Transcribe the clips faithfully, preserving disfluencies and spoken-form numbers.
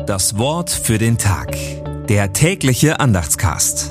Das Wort für den Tag. Der tägliche Andachtscast.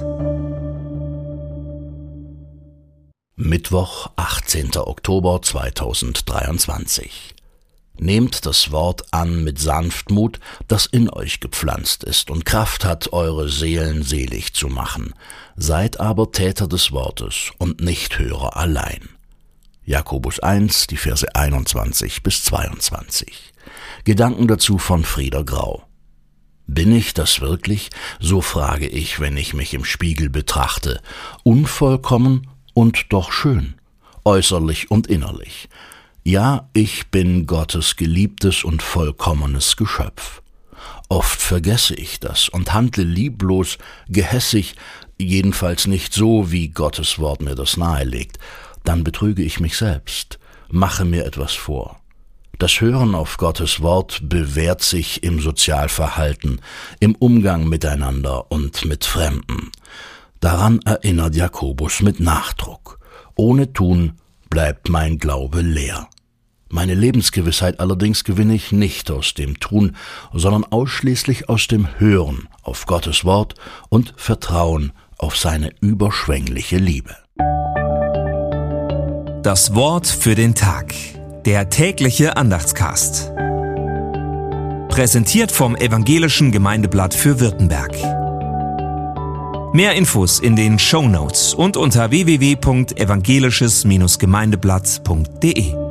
Mittwoch, achtzehnter Oktober zweitausenddreiundzwanzig. Nehmt das Wort an mit Sanftmut, das in euch gepflanzt ist und Kraft hat, eure Seelen selig zu machen. Seid aber Täter des Wortes und nicht Hörer allein. Jakobus eins, die Verse einundzwanzig bis zweiundzwanzig. Gedanken dazu von Frieder Grau. Bin ich das wirklich? So frage ich, wenn ich mich im Spiegel betrachte. Unvollkommen und doch schön, äußerlich und innerlich. Ja, ich bin Gottes geliebtes und vollkommenes Geschöpf. Oft vergesse ich das und handle lieblos, gehässig, jedenfalls nicht so, wie Gottes Wort mir das nahelegt. Dann betrüge ich mich selbst, mache mir etwas vor. Das Hören auf Gottes Wort bewährt sich im Sozialverhalten, im Umgang miteinander und mit Fremden. Daran erinnert Jakobus mit Nachdruck. Ohne Tun bleibt mein Glaube leer. Meine Lebensgewissheit allerdings gewinne ich nicht aus dem Tun, sondern ausschließlich aus dem Hören auf Gottes Wort und Vertrauen auf seine überschwängliche Liebe. Das Wort für den Tag. Der tägliche Andachtscast. Präsentiert vom Evangelischen Gemeindeblatt für Württemberg. Mehr Infos in den Shownotes und unter w w w punkt evangelisches Gemeindeblatt punkt de.